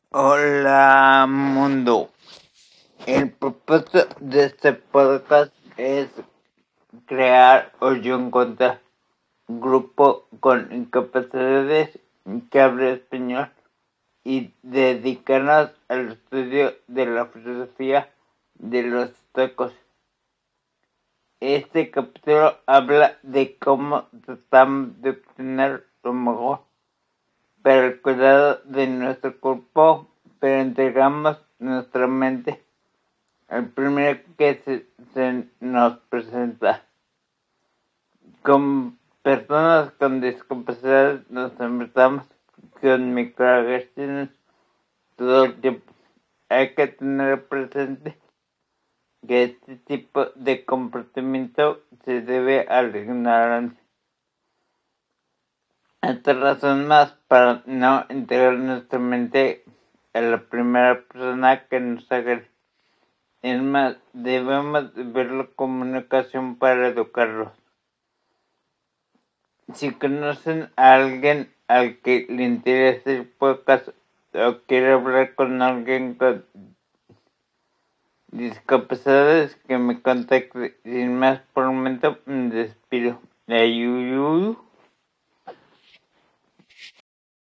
Hola mundo. El propósito de este podcast es crear o yo encontrar un grupo con incapacidades que hable español y dedicarnos al estudio de la filosofía de los tacos. Este capítulo habla de cómo tratamos de obtener lo mejor para el cuidado de nuestro cuerpo, pero entregamos nuestra mente el primero que se nos presenta. Con personas con discapacidad nos enfrentamos con microagresiones todo el tiempo. Hay que tener presente que este tipo de comportamiento se debe a la ignorancia. Esta razón más para no entregar nuestra mente a la primera persona que nos agrede. Es más, debemos verlo como una ocasión para educarlos. Si conocen a alguien al que le interese el podcast o quiere hablar con alguien con discapacidades, que me contacte. Sin más por el momento, me despido.